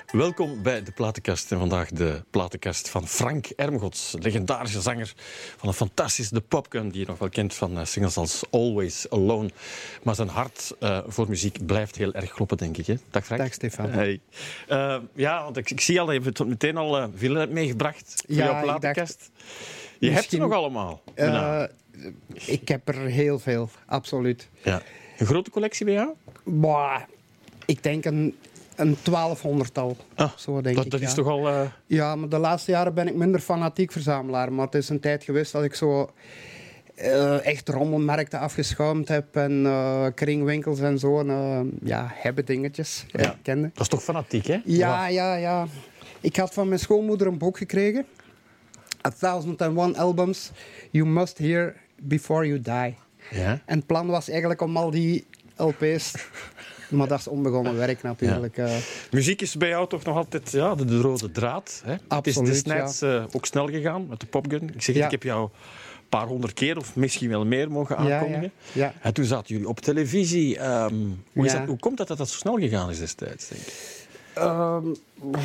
Welkom bij de Platenkast. En vandaag de Platenkast van Frank Ermgods, legendarische zanger van een fantastische The Popgun, die je nog wel kent van singles als Always Alone. Maar zijn hart voor muziek blijft heel erg kloppen, denk ik. Hè? Dag Frank. Dag Stefan. Hey. Ja, want ik zie al, je hebt meteen al veel meegebracht voor jouw Platenkast. Je hebt ze nog allemaal. Ik heb er heel veel, absoluut. Ja. Een grote collectie bij jou? Boah, ik denk een 1200-tal. Zo denk ik, dat is toch al... Ja, maar de laatste jaren ben ik minder fanatiek verzamelaar. Maar het is een tijd geweest dat ik zo echt rommelmarkten afgeschuimd heb. En kringwinkels en zo. Hebben dingetjes. Ja. Kende. Dat is toch fanatiek, hè? Ja. Ik had van mijn schoonmoeder een boek gekregen. 1001 albums you must hear before you die. Ja. En het plan was eigenlijk om al die LP's... Maar dat is onbegonnen werk natuurlijk. Ja. Muziek is bij jou toch nog altijd de rode draad. Hè? Absoluut, het is destijds ook snel gegaan met de Popgun. Ik zeg het, ik heb jou een paar honderd keer of misschien wel meer mogen aankondigen. Ja. En toen zaten jullie op televisie. Hoe komt dat zo snel gegaan is destijds, denk ik?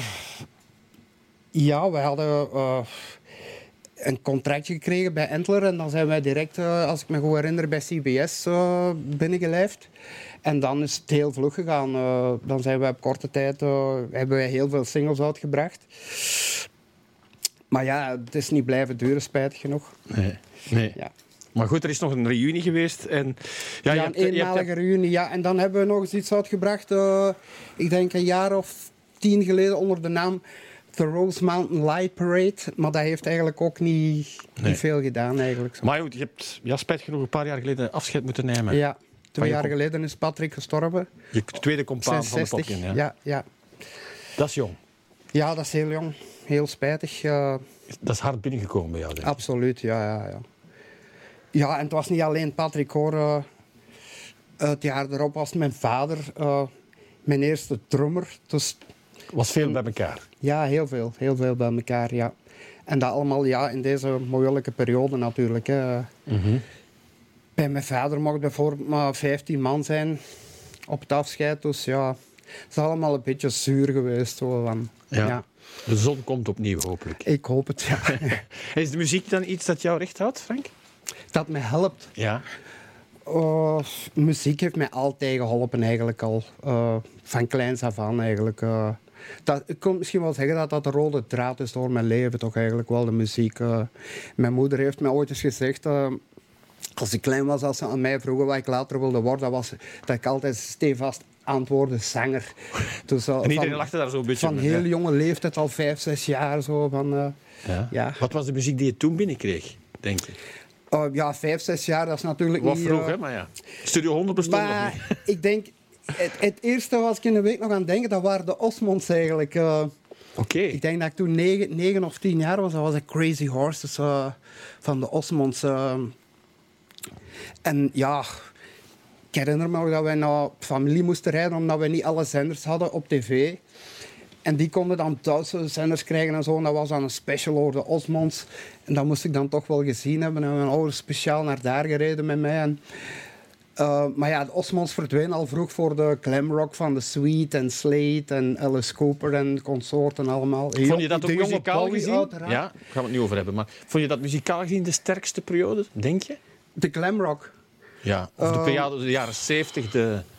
We hadden een contractje gekregen bij Entler. En dan zijn wij direct, als ik me goed herinner, bij CBS binnengelijfd. En dan is het heel vlug gegaan. Dan zijn we op korte tijd hebben wij heel veel singles uitgebracht. Maar ja, het is niet blijven duren, spijtig genoeg. Nee. Ja. Maar goed, er is nog een reunie geweest. En, een eenmalige reunie. Ja. En dan hebben we nog eens iets uitgebracht. Ik denk een jaar of 10 geleden onder de naam The Rose Mountain Light Parade. Maar dat heeft eigenlijk ook niet veel gedaan. Eigenlijk. Maar goed, je hebt spijtig genoeg een paar jaar geleden afscheid moeten nemen. Ja. 2 jaar geleden is Patrick gestorven. Je tweede compaan van de Popgun, ja. Dat is jong. Ja, dat is heel jong. Heel spijtig. Dat is hard binnengekomen bij jou, denk ik. Absoluut, ja. Ja, en het was niet alleen Patrick, hoor. Het jaar erop was mijn vader mijn eerste drummer. Dus... Was veel bij elkaar? Ja, heel veel. Heel veel bij elkaar, ja. En dat allemaal in deze moeilijke periode natuurlijk. Mm-hmm. Bij mijn vader mocht bijvoorbeeld maar 15 man zijn op het afscheid. Dus ja, het is allemaal een beetje zuur geweest. Ja. De zon komt opnieuw, hopelijk. Ik hoop het, ja. Is de muziek dan iets dat jou recht houdt, Frank? Dat mij helpt? Ja. Muziek heeft mij altijd geholpen, eigenlijk al. Van kleins af aan, eigenlijk. Ik kon misschien wel zeggen dat de rode draad is door mijn leven, toch eigenlijk wel, de muziek. Mijn moeder heeft mij ooit eens gezegd... als ik klein was, als ze aan mij vroegen wat ik later wilde worden, was dat ik altijd stevast antwoordde zanger. Dus, en iedereen lachte daar zo'n beetje van heel jonge leeftijd, al 5, 6 jaar. Zo, ja. Wat was de muziek die je toen binnenkreeg, denk je? 5, 6 jaar, dat is natuurlijk wat niet... vroeg, hè? Maar ja. Studio 100 bestond nog niet. Ik denk... Het eerste was ik in de week nog aan het denken, dat waren de Osmonds eigenlijk. Oké. Ik denk dat ik toen 9 of 10 jaar was. Dat was Crazy Horses van de Osmonds. En ja, ik herinner me nog dat wij naar familie moesten rijden omdat we niet alle zenders hadden op tv. En die konden dan Duitse zenders krijgen en zo. En dat was dan een special over de Osmonds. En dat moest ik dan toch wel gezien hebben. En mijn ouders speciaal naar daar gereden met mij. En, maar ja, de Osmonds verdwenen al vroeg voor de glamrock van The Sweet en Slade en Alice Cooper en consorten allemaal. Vond je dat ook muzikaal gezien? Uiteraard. Ja, daar gaan we het nu over hebben. Maar vond je dat muzikaal gezien de sterkste periode, denk je? De glamrock. Ja, of de periode, de jaren 70.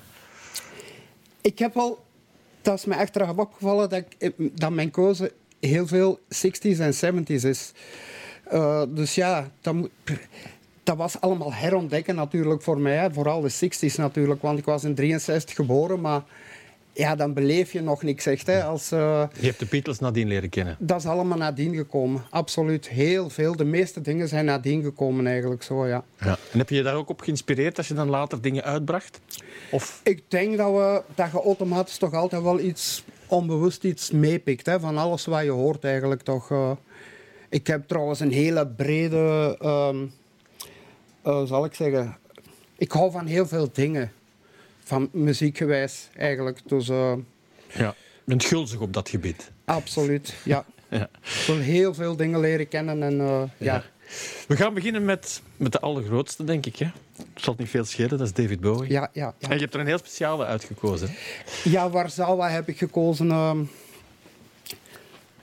Ik heb al, dat is me achteraf opgevallen, dat mijn keuze heel veel 60s en 70s is. Dus ja, dat was allemaal herontdekken natuurlijk voor mij. Hè. Vooral de 60s natuurlijk, want ik was in 63 geboren, maar ja, dan beleef je nog niks echt. Hè, je hebt de Beatles nadien leren kennen. Dat is allemaal nadien gekomen, absoluut. Heel veel, de meeste dingen zijn nadien gekomen eigenlijk zo, ja. En heb je je daar ook op geïnspireerd als je dan later dingen uitbracht? Of? Ik denk dat je automatisch toch altijd wel iets onbewust iets meepikt, hè, van alles wat je hoort eigenlijk toch. Ik heb trouwens een hele brede, zal ik zeggen, ik hou van heel veel dingen. Van muziekgewijs eigenlijk. Dus, ja, je bent gulzig op dat gebied. Absoluut, ja. Ik wil heel veel dingen leren kennen. En, ja. We gaan beginnen met de allergrootste, denk ik. Hè? Het zal niet veel schelen, dat is David Bowie. Ja. En je hebt er een heel speciale uitgekozen. Ja, Warzawa heb ik gekozen.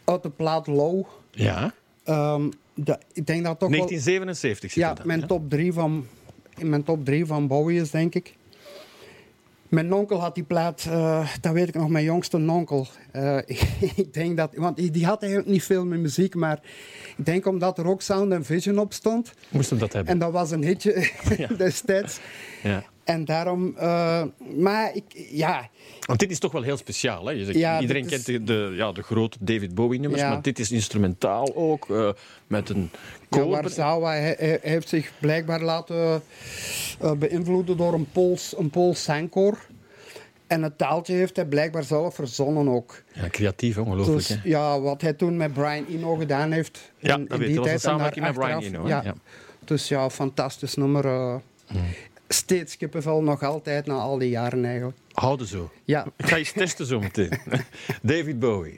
uit de plaat Low. Ja. Ik denk dat toch 1977 zit wel... er dan, mijn top 3 van Bowie is, denk ik. Mijn onkel had die plaat, dat weet ik nog, mijn jongste onkel. Ik denk dat, want die had eigenlijk niet veel met muziek, maar ik denk omdat er ook Sound and Vision op stond. Moest hem dat hebben. En dat was een hitje destijds. Ja. En daarom, ja. Want dit is toch wel heel speciaal. Hè? Je zegt, iedereen kent de grote David Bowie-nummers, maar dit is instrumentaal ook, met een koor. Ja, Warzawa heeft zich blijkbaar laten beïnvloeden door een Pools zangkoor. En het taaltje heeft hij blijkbaar zelf verzonnen ook. Ja, creatief, ongelooflijk. Dus, hè? Ja, wat hij toen met Brian Eno gedaan heeft. Ja, in dat weet die ik. Dat was een tijd samenwerking met Brian achteraf, Eno. Ja. Ja. Dus ja, fantastisch nummer. Steeds kippenvel, nog altijd, na al die jaren eigenlijk. Houden zo. Ja. Ik ga eens testen zo meteen. David Bowie.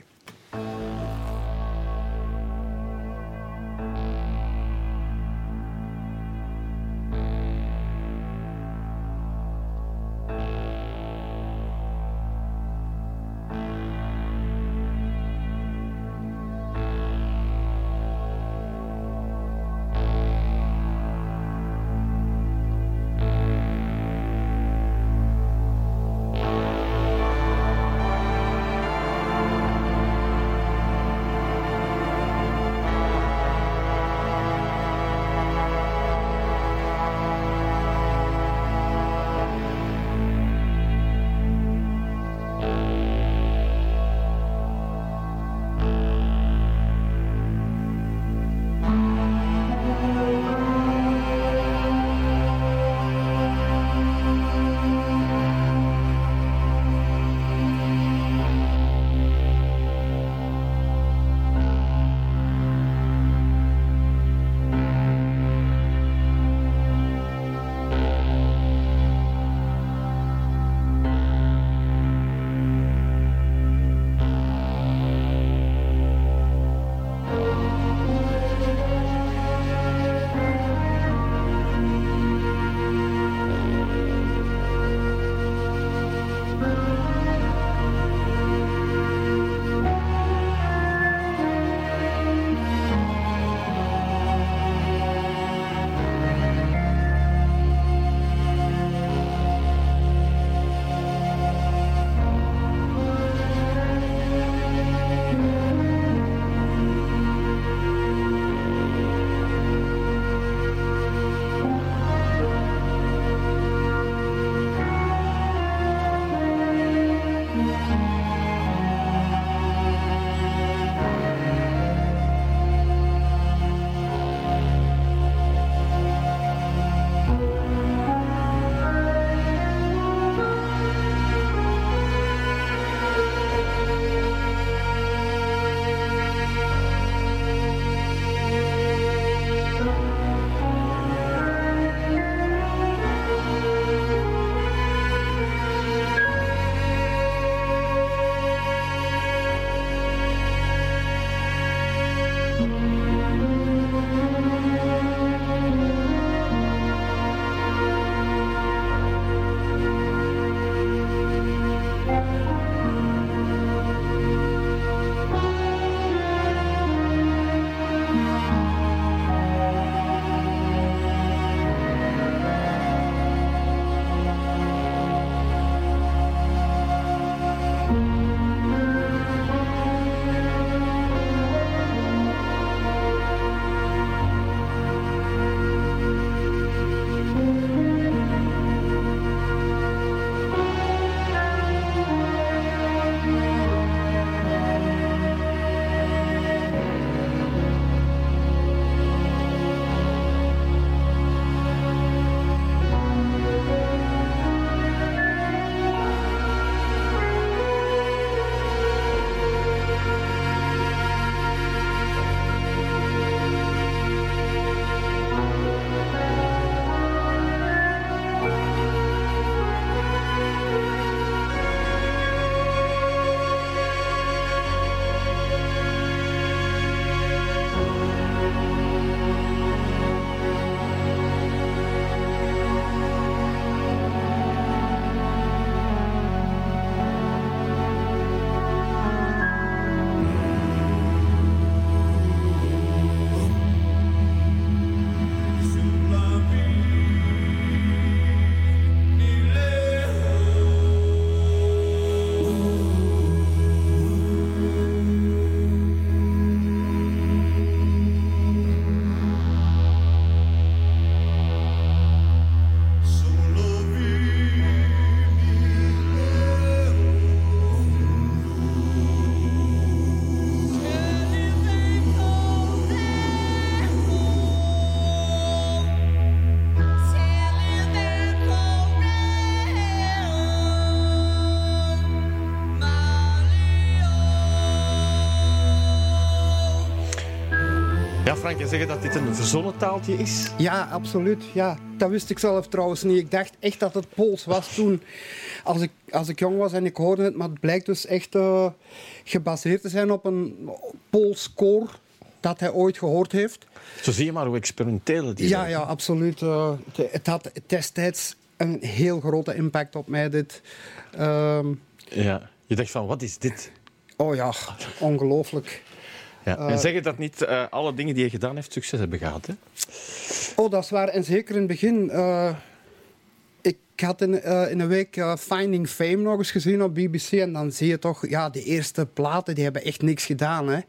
Frank, je zegt dat dit een verzonnen taaltje is? Ja, absoluut. Ja. Dat wist ik zelf trouwens niet. Ik dacht echt dat het Pools was toen, als ik jong was en ik hoorde het. Maar het blijkt dus echt gebaseerd te zijn op een Pools koor dat hij ooit gehoord heeft. Zo zie je maar hoe experimenteel het is. Ja, absoluut. Het had destijds een heel grote impact op mij, dit. Ja. Je dacht van, wat is dit? Oh ja, ongelooflijk. Ja. En zeg je dat niet alle dingen die je gedaan heeft succes hebben gehad, hè? Oh, dat is waar. En zeker in het begin. Ik had in een week Finding Fame nog eens gezien op BBC. En dan zie je toch, ja, de eerste platen die hebben echt niks gedaan. Hè.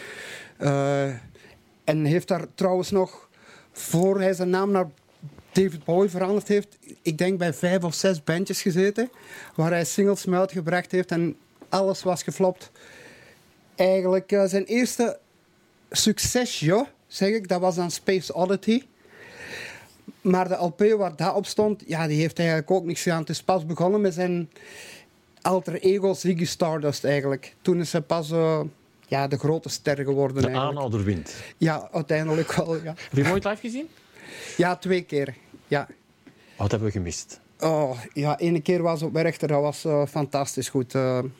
En heeft daar trouwens nog, voor hij zijn naam naar David Bowie veranderd heeft, ik denk bij 5 of 6 bandjes gezeten, waar hij singles mee uitgebracht heeft en alles was geflopt. Eigenlijk zijn eerste succesje, zeg ik, dat was dan Space Oddity. Maar de LP waar dat op stond, ja, die heeft eigenlijk ook niks gedaan. Het is pas begonnen met zijn alter ego Ziggy Stardust eigenlijk. Toen is hij pas de grote ster geworden. De eigenlijk. aanhouder wint. Ja, uiteindelijk wel, ja. Heb je hem ooit live gezien? Ja, 2 keer, ja. Wat hebben we gemist? Oh, ja, 1 keer was op Werchter, dat was fantastisch goed.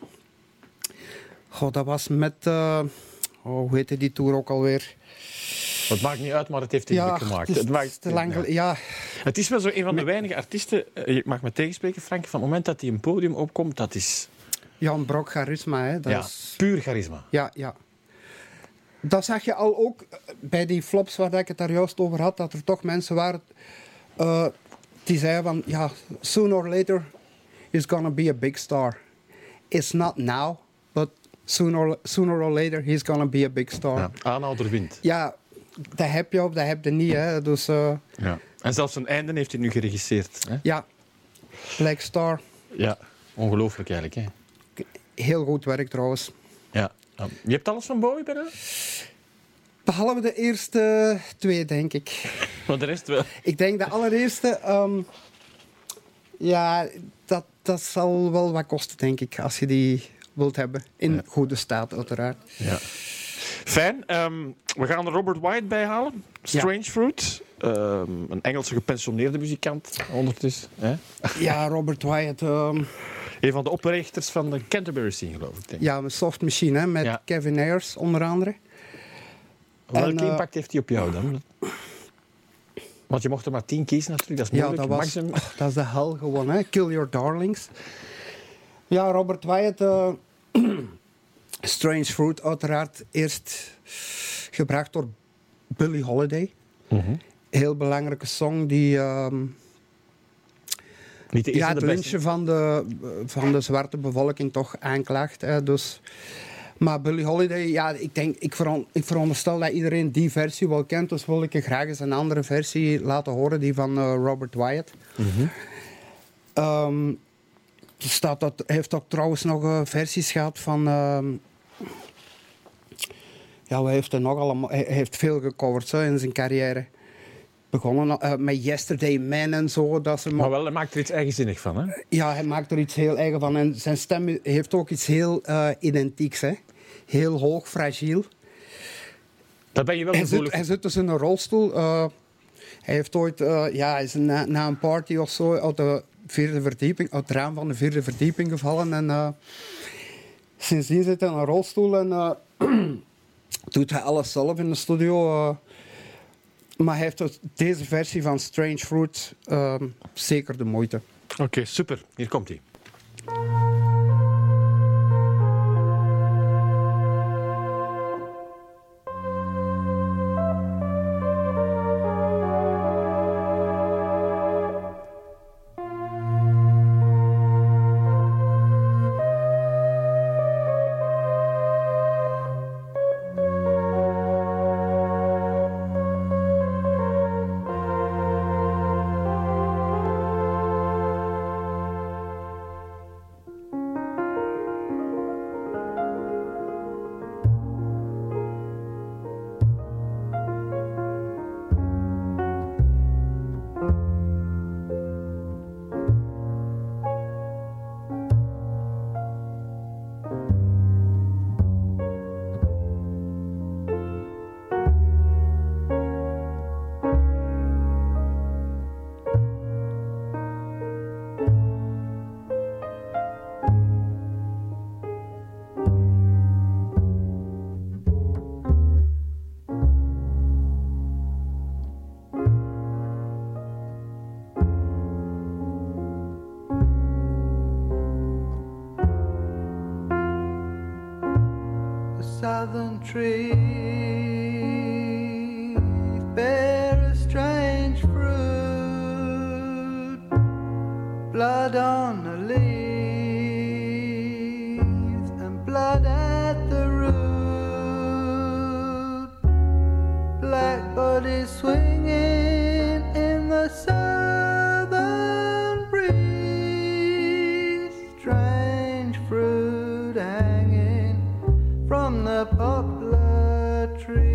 Dat was met, hoe heette die tour ook alweer? Het maakt niet uit, maar het heeft indruk gemaakt. Het is te lang ja. Het is wel zo een van de weinige artiesten, je mag me tegenspreken, Frank, van het moment dat hij een podium opkomt, dat is... Ja, een brok charisma, hè. Dat ja, is... puur charisma. Ja. Dat zag je al ook bij die flops waar ik het daar juist over had, dat er toch mensen waren die zeiden van, ja, sooner or later he's gonna be a big star. It's not now, but sooner or later he's gonna be a big star. Ja, aanhouder wint. Ja, dat heb je of dat heb je niet. Hè. Dus, ja. En zelfs zijn einde heeft hij nu geregisseerd. Hè? Ja, Black Star. Ja, ongelooflijk eigenlijk. Hè? Heel goed werk trouwens. Ja. Je hebt alles van Bowie bijna? Behalve de eerste 2, denk ik. Maar de rest wel. Ik denk de allereerste... ja, dat zal wel wat kosten, denk ik. Als je die wilt hebben. In goede staat, uiteraard. Ja. Fijn. We gaan er Robert Wyatt bij halen. Strange Fruit. Een Engelse gepensioneerde muzikant ondertussen. Hè? Ja, Robert Wyatt. Een van de oprichters van de Canterbury Scene, geloof ik. Denk. Ja, een soft machine, hè, met Kevin Ayers onder andere. Welke impact heeft hij op jou dan? Want je mocht er maar 10 kiezen natuurlijk, dat is moeilijk. Ja, dat is de hel gewoon, hè. Kill Your Darlings. Ja, Robert Wyatt... Strange Fruit, uiteraard eerst gebracht door Billie Holiday. Mm-hmm. Heel belangrijke song die... Niet de eerste, het lynchen van de zwarte bevolking toch aanklaagt. Hè, dus. Maar Billie Holiday, ja, ik veronderstel dat iedereen die versie wel kent. Dus wil ik graag eens een andere versie laten horen, die van Robert Wyatt. Mm-hmm. Heeft ook trouwens nog versies gehad van... wat heeft hij nog allemaal? Hij heeft veel gecoverd in zijn carrière. Begonnen met Yesterday Man en zo. Maar wel, hij maakt er iets eigenzinnig van, hè? Ja, hij maakt er iets heel eigen van. En zijn stem heeft ook iets heel identieks. Hè? Heel hoog, fragiel. Dat ben je wel gevoelig. Hij zit dus in een rolstoel. Hij heeft ooit, hij is na een party of zo uit de 4e verdieping, uit het raam van de 4e verdieping gevallen. En sindsdien zit hij in een rolstoel en doet hij alles zelf in de studio. Maar hij heeft dus deze versie van Strange Fruit zeker de moeite. Oké, super. Hier komt hij. trees bear a strange fruit, blood on the leaves and blood at the root, black bodies swinging in the southern breeze, strange fruit hanging from the poplar trees.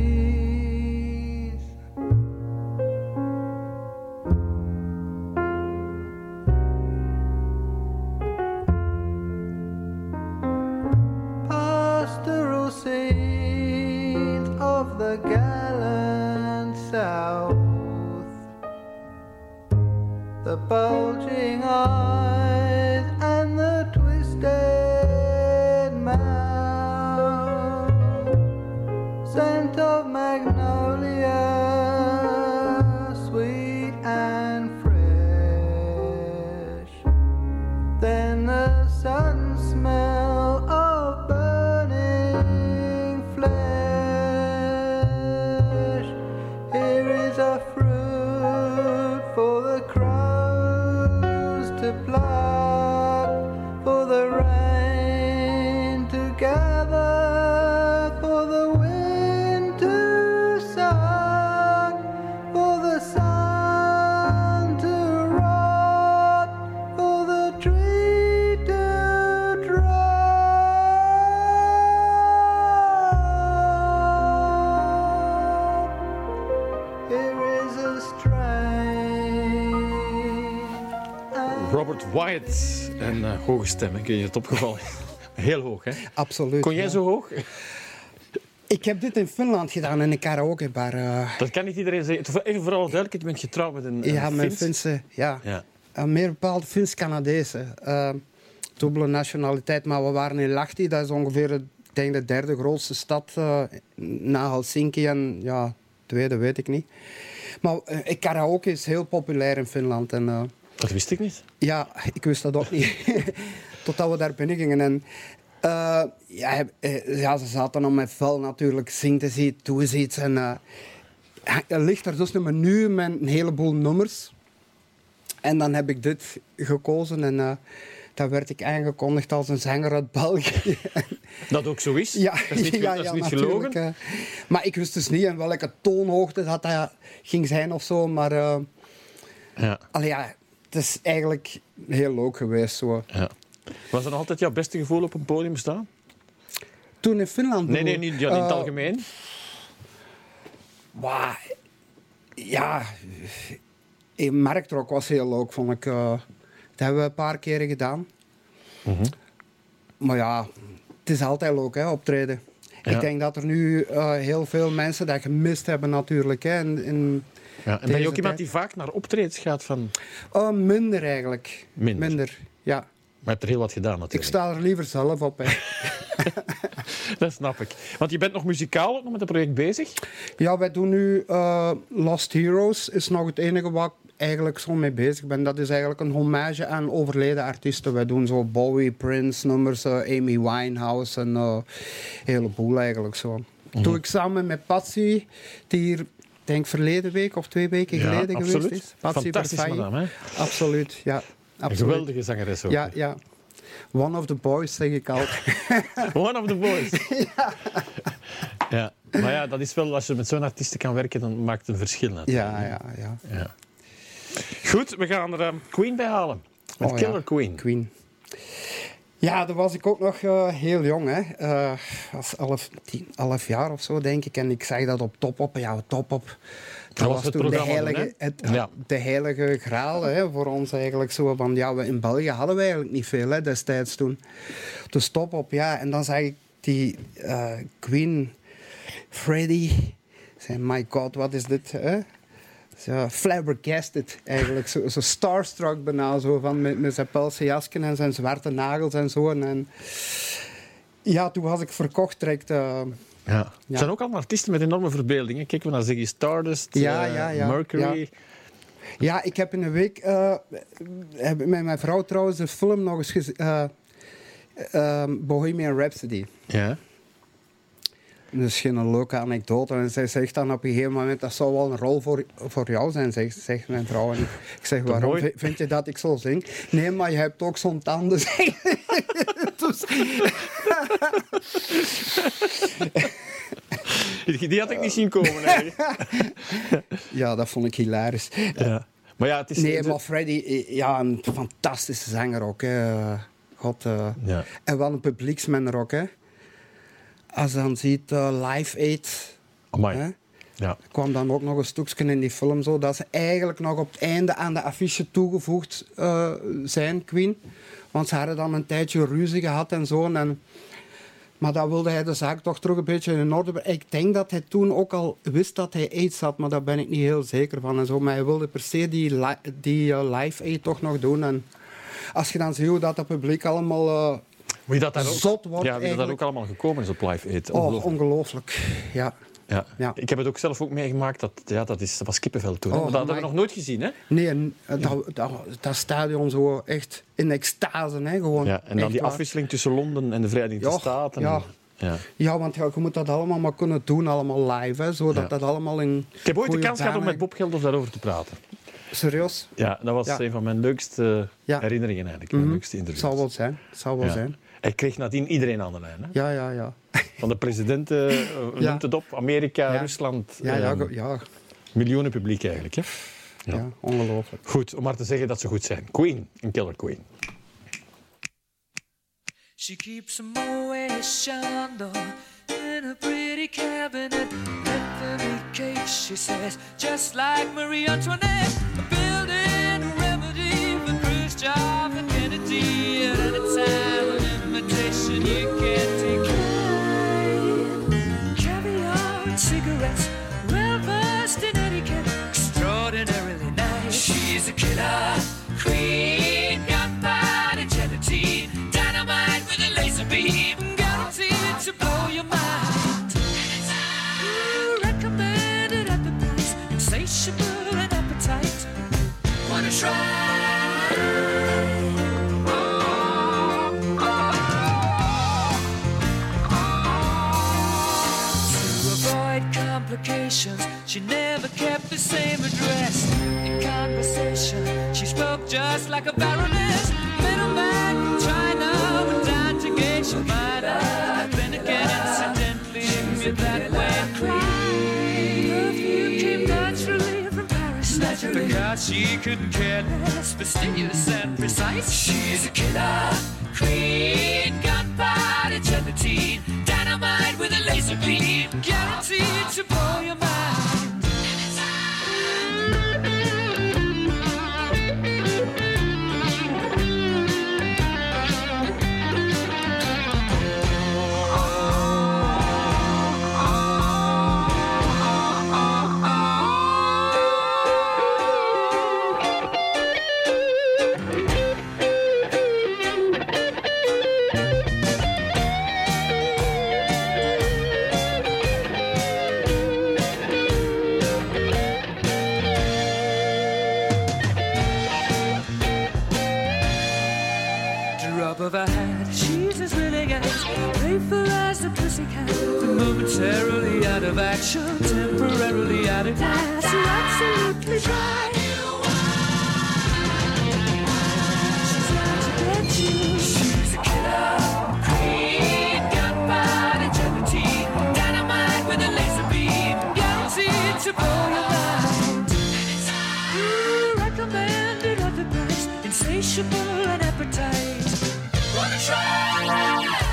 Pastoral scenes of the gallant South, the bulging eyes and the twisted mouth, scent of magnolia, sweet and fresh, then the sudden smell of burning flesh. Here is a fruit for the crows to pluck, for the rain to gather, for the wind to suck, for the sun to rot, for the tree to drop. Here is a strange Robert Wyatt en hoge stem, kun je het opgevallen? Heel hoog, hè? Absoluut. Kon jij ja. zo hoog? Ik heb dit in Finland gedaan in een karaokebar. Dat kan niet iedereen zeggen. Even vooral duidelijk, je bent getrouwd met een Ja, mijn Fins. Finse, ja. Ja. Meer bepaald Fins-Canadese. Dubbele nationaliteit, maar we waren in Lahti. Dat is ongeveer, ik denk, de derde grootste stad na Helsinki. En ja, tweede weet ik niet. Maar karaoke is heel populair in Finland. En, Dat wist ik niet. ja, ik wist dat ook niet. Totdat we daar binnen gingen. En, ja, ze zaten dan met vel natuurlijk. Zingt eens iets, doe eens iets. En, er ligt er dus een menu met een heleboel nummers. En dan heb ik dit gekozen. En dan werd ik aangekondigd als een zanger uit België. Dat ook zo is. Ja, Dat is niet, dat is niet natuurlijk, gelogen. maar ik wist dus niet in welke toonhoogte dat ging zijn of zo. Maar Ja. allee, ja, het is eigenlijk heel leuk geweest. Zo. Ja. Was dat nog altijd jouw beste gevoel op een podium staan? Toen in Finland... Nee, niet in het algemeen. Ja, Marktrok was heel leuk, vond ik. Dat hebben we een paar keren gedaan. Mhm. Maar ja, het is altijd leuk, hè, optreden. Ja. Ik denk dat er nu heel veel mensen dat gemist hebben natuurlijk. Hè, in Ja. En ben je deze ook iemand tijd. die vaak naar optredens gaat van... Minder eigenlijk. Minder? Ja. Maar je hebt er heel wat gedaan Ik natuurlijk. sta er liever zelf op. Hè. Dat snap ik. Want je bent nog muzikaal ook nog met het project bezig. Ja, wij doen nu Lost Heroes. Is nog het enige waar ik eigenlijk zo mee bezig ben. Dat is eigenlijk een hommage aan overleden artiesten. Wij doen zo Bowie, Prince nummers, Amy Winehouse en een heleboel eigenlijk zo. Doe ik samen met Patsy, die hier, denk verleden week of 2 weken geleden absoluut. geweest is. Patsy Fantastisch, Berfaye. madame. Hè? Absoluut, ja. Een Absoluut. geweldige zangeres ook. Ja, ja. One of the boys, zeg ik altijd. One of the boys. Ja. Maar ja, dat is wel, als je met zo'n artiesten kan werken, dan maakt het een verschil natuurlijk. Ja. Ja. Goed, we gaan er Queen bij halen. Met Oh, Killer ja. Queen. Queen. Ja, dan was ik ook nog heel jong. Hè. Was 11 jaar of zo, denk ik. En ik zag dat op Top Op. Ja, Top Op. Dat was het toen programma de heilige graal hè, voor ons eigenlijk. Zo van, ja, in België hadden we eigenlijk niet veel hè, destijds toen. Dus Top Op, ja. En dan zag ik die Queen, Freddie. Ik zei, my god, wat is dit? Hè? Zo flabbergasted eigenlijk. Zo starstruck bijna. Zo van met zijn pelse jasken en zijn zwarte nagels en zo. En ja, toen was ik verkocht direct. Ja. Het zijn ook allemaal artiesten met enorme verbeeldingen. Kijk, we naar Ziggy Stardust, Ja. Mercury. Ja, ik heb in een week heb met mijn vrouw trouwens de film nog eens gezien. Bohemian Rhapsody. Ja. misschien een leuke anekdote. En zij zegt dan op een gegeven moment, dat zou wel een rol voor jou zijn, zegt mijn vrouw. En ik zeg, waarom mooi. vind je dat ik zo zing? Nee, maar je hebt ook zo'n tanden. Dus, Die had ik niet zien komen. Eigenlijk. ja, dat vond ik hilarisch. Ja. Maar ja, het is... Nee, maar Freddie, ja, een fantastische zanger ook. Hè. God, Ja. En wel een publieksmanner ook. Hè. Als je dan ziet Live Aid, Amai. hè, Ja. kwam dan ook nog een stukje in die film zo dat ze eigenlijk nog op het einde aan de affiche toegevoegd zijn, Queen. Want ze hadden dan een tijdje ruzie gehad en zo. Maar dan wilde hij de zaak toch terug een beetje in orde brengen. Ik denk dat hij toen ook al wist dat hij AIDS had, maar daar ben ik niet heel zeker van. En zo. Maar hij wilde per se die Live Aid toch nog doen. En als je dan ziet hoe dat publiek allemaal Hoe je dat daar ook, zot wordt ja, wie dat daar eigenlijk. ook allemaal gekomen is op Live Aid. Oh, ongelooflijk. Ja. Ja. Ja. Ik heb het ook zelf ook meegemaakt. Dat was kippenvel toen. hè. Oh, Maar dat hebben we amai. nog nooit gezien. Hè? Nee, en dat stadion zo echt in extase. Hè, gewoon. Ja, en dan Echt die waar. afwisseling tussen Londen en de Verenigde Ja, Staten. ja. Ja. Ja, want je moet dat allemaal maar kunnen doen, allemaal live. Hè, zodat Ja. dat allemaal in. Ik heb ooit de goede kans gehad om banen- met Bob Geldof daarover te praten. Serieus? Ja, dat was Ja. een van mijn leukste Ja. herinneringen eigenlijk. Mijn leukste interviews. Zal wel zijn. Zal wel Ja. zijn. Hij kreeg nadien iedereen aan de lijn. Hè? Ja, ja, ja. Van de presidenten, Ja. noemt het op, Amerika, Ja. Rusland. Ja, ja, ehm, ja, miljoenen publiek eigenlijk. Hè? Ja. ja, ongelooflijk. Goed, om maar te zeggen dat ze goed zijn. Queen, een Killer Queen. She keeps a Moet Chandon in a pretty cabinet. Anthony cake, she says, just like Marie Antoinette. A building a remedy for Khrushchev and Kennedy. At any time, an invitation you can't decline. Caviar and cigarettes, well versed in etiquette, extraordinarily nice. She's a killer queen, gunpowder gelatine, dynamite with a laser beam, guaranteed to blow your mind. Ooh, recommended at the price, insatiable and appetite. Wanna try? To avoid complications, she never kept the same address. In conversation, she spoke just like a baroness. Middleman from China went down to gauge your mind. I've been again incidentally with that way. Perfume came naturally from Paris. Because she couldn't care less, fastidious and precise. She's a killer queen, gunpowder gelatine, dynamite with a laser beam, guaranteed to blow your mind. Drop of a hat, she's as willing as playful as the pussycat. Momentarily out of action, temporarily out of gas. You're absolutely dry. She's out to get you. She's a killer queen, gunpowder gelatine, dynamite with a laser beam, guaranteed to blow your mind. Ooh, recommended at the price, insatiable and appetite. Wanna try? Wanna try?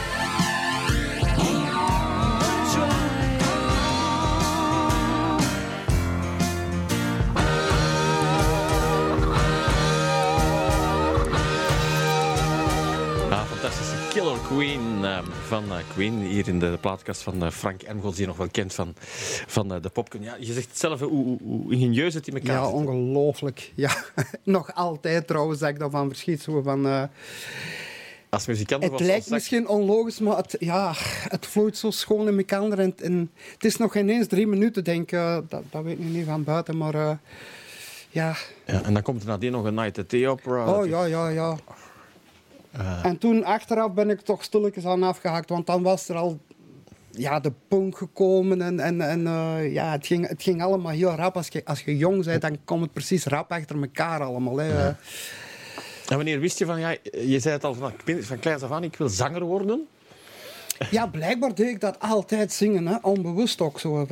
Ah, fantastische Killer Queen van Queen. Hier in de plaatkast van Frank Ermgods, die je nog wel kent van de Popken. Ja, je zegt het zelf, hoe ingenieus het in elkaar Ja, zit. ongelooflijk. Ja, nog altijd trouwens dat ik daarvan verschiet. Zo van, Als muzikant het was lijkt als misschien onlogisch, maar het vloeit zo schoon in elkaar. En het is nog geen eens 3 minuten, denk ik. Dat weet ik niet van buiten, maar ja. Ja, en dan komt er nadien nog een Night at the Opera. Oh ja, ja, ja. En toen achteraf ben ik toch stilletjes aan afgehaakt, want dan was er al de punk gekomen. Het ging allemaal heel rap. Als je jong bent, dan komt het precies rap achter elkaar allemaal. Hè. Ja. En wanneer wist je van, je zei het al van kleins af aan, ik wil zanger worden? Ja, blijkbaar deed ik dat altijd zingen, hè. Onbewust ook zo.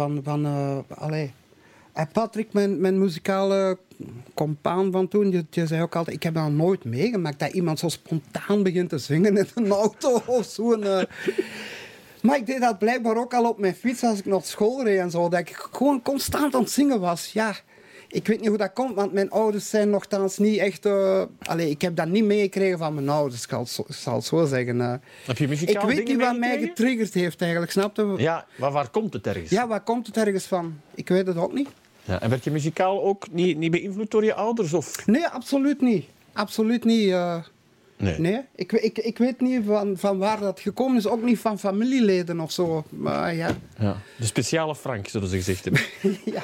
En Patrick, mijn muzikale compaan van toen, die zei ook altijd, ik heb dat nooit meegemaakt, dat iemand zo spontaan begint te zingen in een auto of zo. Maar ik deed dat blijkbaar ook al op mijn fiets als ik naar school reed en zo, dat ik gewoon constant aan het zingen was. Ja, ik weet niet hoe dat komt, want mijn ouders zijn nogthans niet echt... ik heb dat niet meegekregen van mijn ouders, ik zal het zo zeggen. Heb je muzikaal ik weet niet wat mij getriggerd heeft eigenlijk, snap je? Ja, maar waar komt het ergens? Ja, waar komt het ergens van? Ik weet het ook niet. Ja, en werd je muzikaal ook niet beïnvloed door je ouders? Of? Nee, absoluut niet. Absoluut niet. Nee. Ik weet niet van waar dat gekomen is. Ook niet van familieleden of zo. Maar ja. De speciale Frank, zullen ze gezegd hebben. Ja.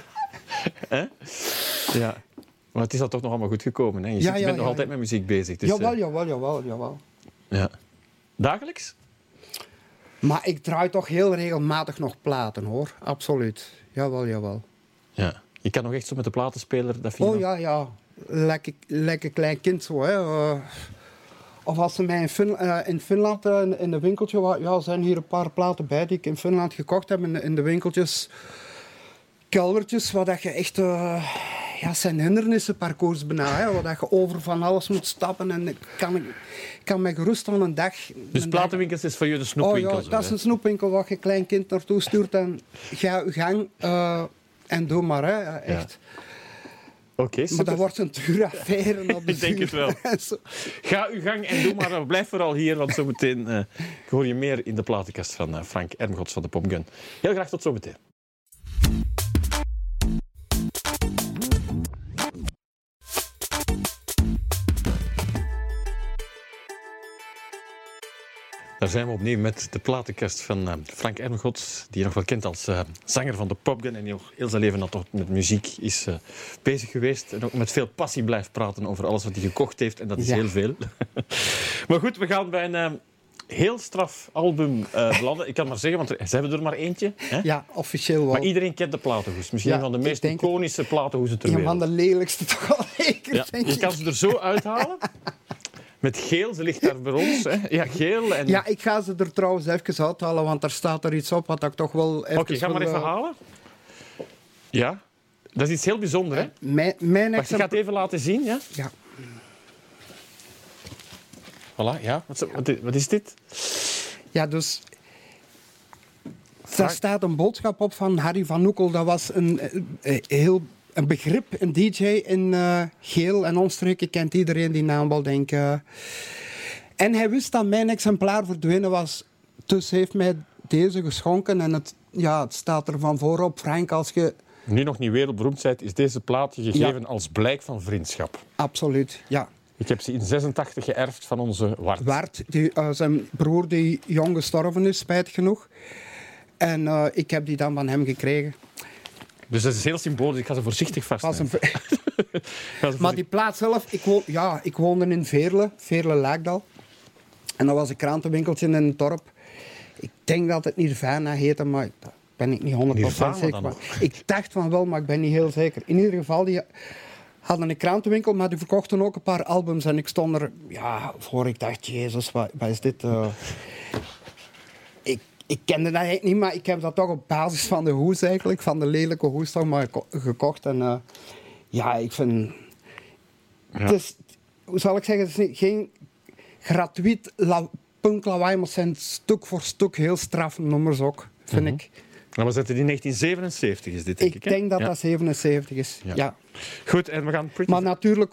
Ja. Maar het is al toch nog allemaal goed gekomen. Hè? Je bent nog altijd met muziek bezig. Dus, Jawel. Ja. Dagelijks? Maar ik draai toch heel regelmatig nog platen, hoor. Absoluut. Jawel. Ja. Je kan nog echt zo met de platenspeler... Dat vind je ja. Lekker klein kind zo, hè. Of als ze mij in Finland in de winkeltje... Ja, er zijn hier een paar platen bij die ik in Finland gekocht heb. In de winkeltjes, keldertjes, waar dat je echt... het zijn hindernissenparcours bijna, hè, waar dat je over van alles moet stappen. En ik kan mij gerust aan een dag... Dus platenwinkels is voor je de snoepwinkel? Dat is een snoepwinkel waar je een klein kind naartoe stuurt en ga je gang en doe maar, hè, echt. Ja. Okay, maar dat wordt een dure affaire op de Ik denk het wel. Ga uw gang en doe maar. Blijf vooral hier, want zometeen hoor je meer in de platenkast van Frank Ermgods van de Popgun. Heel graag tot zometeen. Daar zijn we opnieuw met de platenkast van Frank Ermgods, die je nog wel kent als zanger van de Popgun en die nog heel zijn leven al toch met muziek is bezig geweest en ook met veel passie blijft praten over alles wat hij gekocht heeft en dat is heel veel. Maar goed, we gaan bij een heel straf album belanden. Ik kan maar zeggen, want ze hebben er maar eentje. Hè? Ja, officieel wel. Maar iedereen kent de platenhoes. Misschien een van de meest iconische platenhoesen ter wereld. Een van de lelijkste toch wel zeker, denk ik. Je kan ze er zo uithalen. Met geel, ze ligt daar bij ons. Hè? Ja, geel. En... Ja, ik ga ze er trouwens even uithalen, want daar staat er iets op wat ik toch wel even... Oké, ga maar even halen. Ja, dat is iets heel bijzonders, hè? Mijn Wacht, ik ga het even laten zien, ja? Ja. Voilà, ja. Wat is dit? Ja, dus... Daar staat een boodschap op van Harry van Oekel. Dat was een begrip, een DJ in Geel en omstreken. Kent iedereen die naam wel, denk ik. En hij wist dat mijn exemplaar verdwenen was. Dus heeft mij deze geschonken. En het staat er van voorop. Frank, als je... Nu nog niet wereldberoemd bent, is deze plaat je gegeven als blijk van vriendschap. Absoluut, ja. Ik heb ze in 86 geërfd van onze Wart. Wart, zijn broer die jong gestorven is, spijtig genoeg. En ik heb die dan van hem gekregen. Dus dat is heel symbolisch. Ik ga ze voorzichtig vastnemen. Maar die plaats zelf... Ik woonde in Veerle-Laakdal. En dat was een krantenwinkeltje in het dorp. Ik denk dat het Nirvana heette, maar daar ben ik niet 100% zeker. Maar ik dacht van wel, maar ik ben niet heel zeker. In ieder geval, die hadden een krantenwinkel, maar die verkochten ook een paar albums. En ik stond er voor. Ik dacht, jezus, wat is dit? Ik kende dat eigenlijk niet, maar ik heb dat toch op basis van de hoes eigenlijk, van de lelijke hoes toch maar gekocht. En ik vind... Ja. Het is, hoe zal ik zeggen, het is geen gratuit punklawaai, maar het zijn stuk voor stuk heel straffe nummers ook, vind ik. Maar we zitten in 1977 is dit, denk ik. Ik denk dat dat 77 is, ja. Goed, en we gaan... Maar natuurlijk,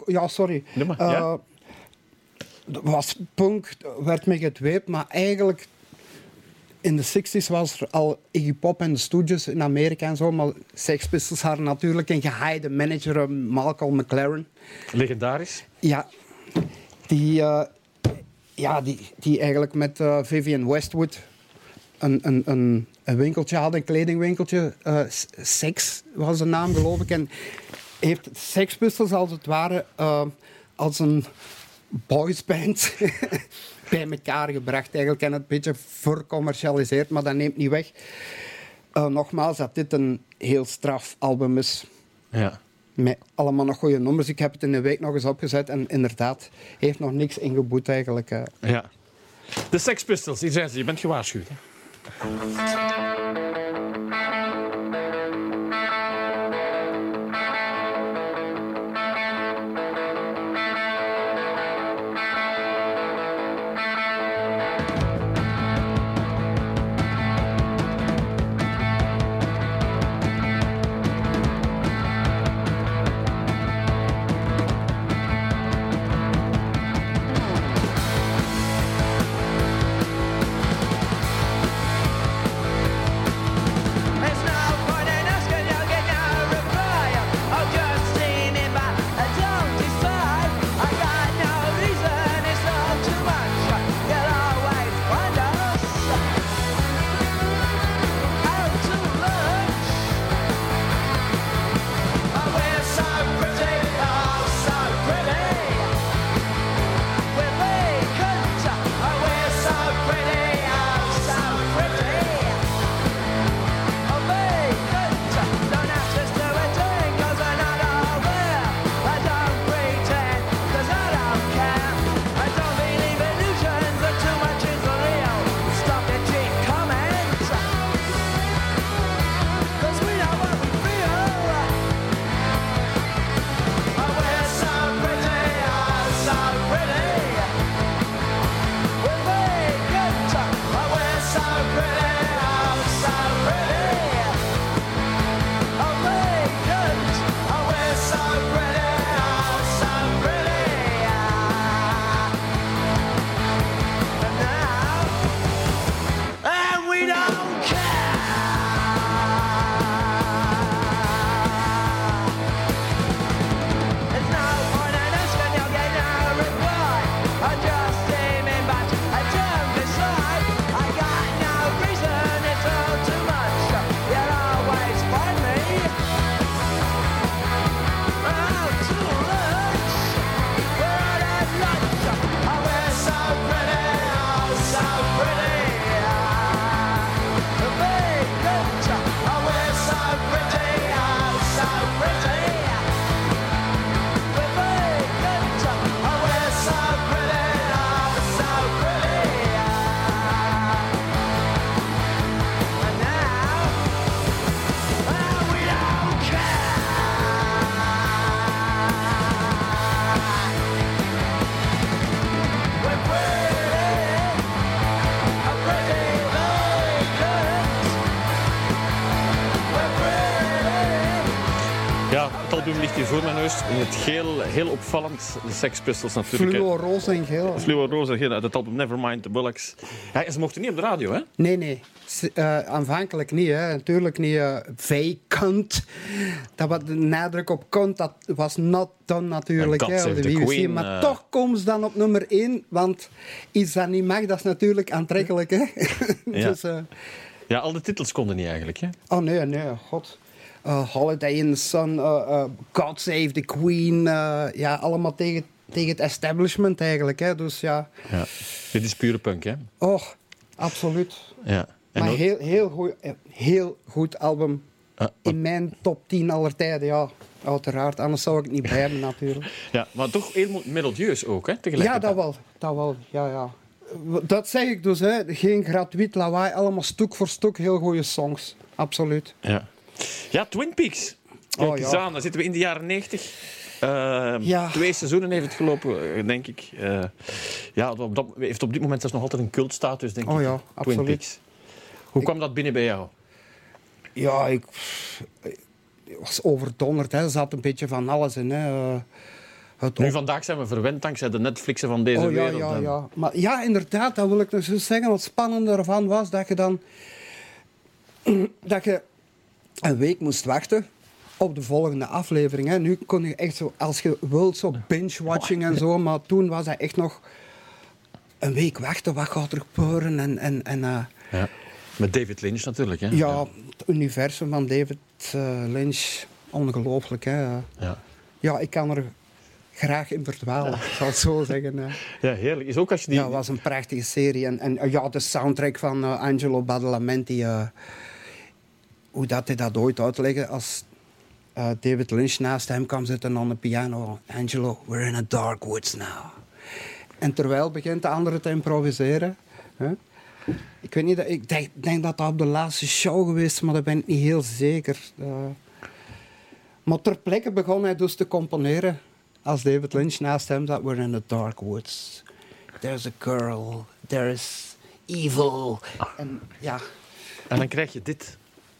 was punk, werd me gedweept, maar eigenlijk... In de 60s was er al Iggy Pop en de Stooges in Amerika en zo, maar Sex Pistols hadden natuurlijk een geheide manager, Malcolm McLaren. Legendarisch. Ja, die eigenlijk met Vivienne Westwood een winkeltje had, een kledingwinkeltje. Sex was de naam, geloof ik. En heeft Sex Pistols als het ware als een boysband bij elkaar gebracht eigenlijk en het een beetje vercommercialiseerd, maar dat neemt niet weg. Nogmaals, dat dit een heel straf album is. Ja. Met allemaal nog goede nummers. Ik heb het in een week nog eens opgezet en inderdaad, heeft nog niks ingeboet eigenlijk. Ja. De Sex Pistols, hier zijn ze. Je bent gewaarschuwd. Hè? Het album ligt hier voor mijn neus. In het geel, heel opvallend. De Sex Pistols natuurlijk. Fluo, roze en geel. Fluo, roze en geel uit het album Nevermind the Bullocks. Ja, ze mochten niet op de radio, hè? Nee. Aanvankelijk niet. Hè. Natuurlijk niet. Vacant. Dat was de nadruk op kant. Dat was not done natuurlijk. God Hè, Save op de the BBC. Queen, maar toch komen ze dan op nummer 1. Want iets dat niet mag, dat is natuurlijk aantrekkelijk. Hè. Ja. Dus, Ja, al de titels konden niet eigenlijk, hè? oh nee, god. Holiday in the Sun, God Save the Queen. Ja, allemaal tegen het establishment eigenlijk. Hè. Dus ja. Dit is pure punk, hè? Oh, absoluut. Ja. En Maar ook- heel goed album. In mijn top 10 aller tijden, ja. Uiteraard, anders zou ik het niet bij hebben natuurlijk. ja, maar toch heel melodieus ook, hè? Ja, Tegelijkertijd. dat wel. Ja. Dat zeg ik dus, hè. Geen gratuit lawaai, allemaal stuk voor stuk heel goede songs. Absoluut. Ja, Twin Peaks. Kijk Oh, eens ja. aan, dan zitten we in de jaren 90. Ja. 2 seizoenen heeft het gelopen, denk ik. Ja, heeft op dit moment zelfs nog altijd een cultstatus, denk ik. Oh ja, Twin absoluut. Peaks. Hoe kwam dat binnen bij jou? Ja, ik was overdonderd, hè. Er zat een beetje van alles in, hè. Nu vandaag zijn we verwend dankzij de Netflixen van deze wereld. Ja. Maar ja, inderdaad, dat wil ik dus zeggen. Wat spannend ervan was dat je dan een week moest wachten op de volgende aflevering. Hè. Nu kon je echt zo, als je wilt, zo binge-watching en zo. Maar toen was dat echt nog een week wachten. Wat gaat er gebeuren? Ja. Met David Lynch natuurlijk, hè? Ja, het universum van David Lynch, ongelooflijk. Hè. Ja. Ja, ik kan er graag in verdwalen, ik zal het zo zeggen. Ja, heerlijk. Is ook als je die... Ja, het was een prachtige serie. En ja, de soundtrack van Angelo Badalamenti, hoe dat hij dat ooit uitlegde als David Lynch naast hem kwam zitten aan de piano. Angelo, we're in a dark woods now. En terwijl begint de andere te improviseren. Hè? Ik weet niet, ik denk dat dat op de laatste show geweest is, maar daar ben ik niet heel zeker. Maar ter plekke begon hij dus te componeren. Als David Lynch naast hem zat, we're in the dark woods. There's a girl, there is evil. En ja... En dan krijg je dit.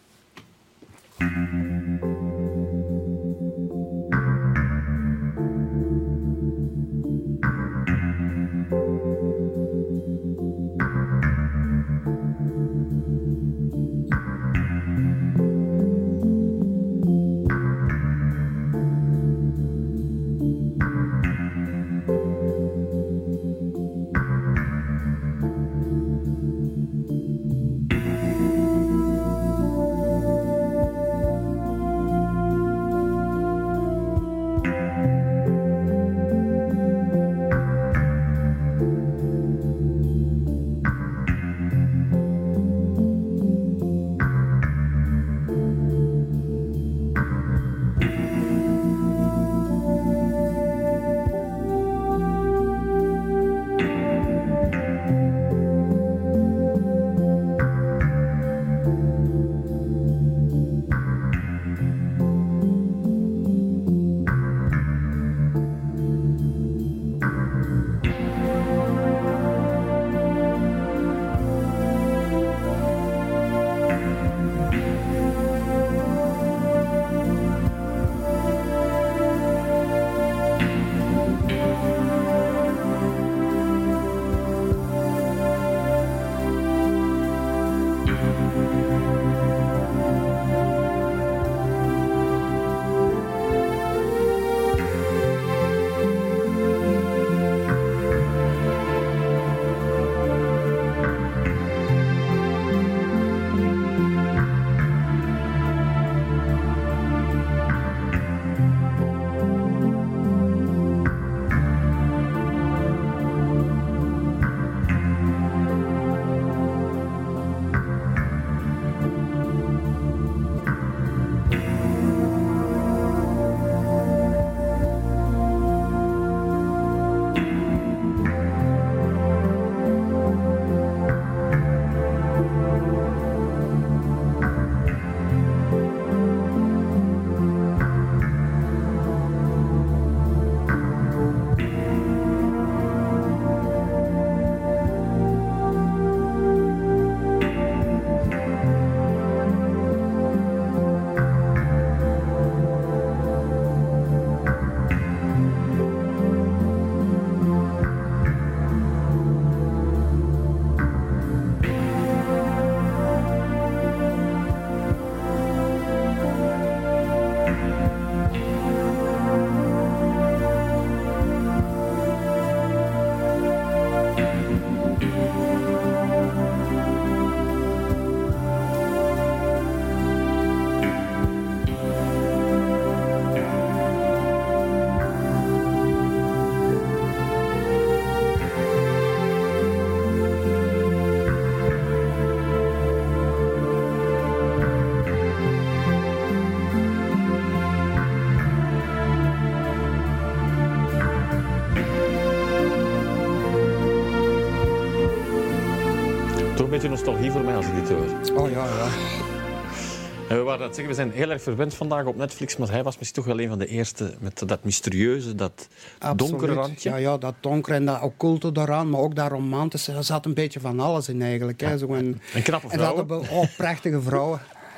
Toch een beetje nostalgie voor mij als ik dit hoor. Oh ja, ja. En we waren aan het zeggen, we zijn heel erg verwend vandaag op Netflix, maar hij was misschien toch wel een van de eerste met dat mysterieuze, dat donkere randje. Ja, ja, dat donkere en dat occulte daaraan, maar ook dat romantische. Er zat een beetje van alles in eigenlijk. Hè. Zo En knappe en vrouwen. dat prachtige vrouwen.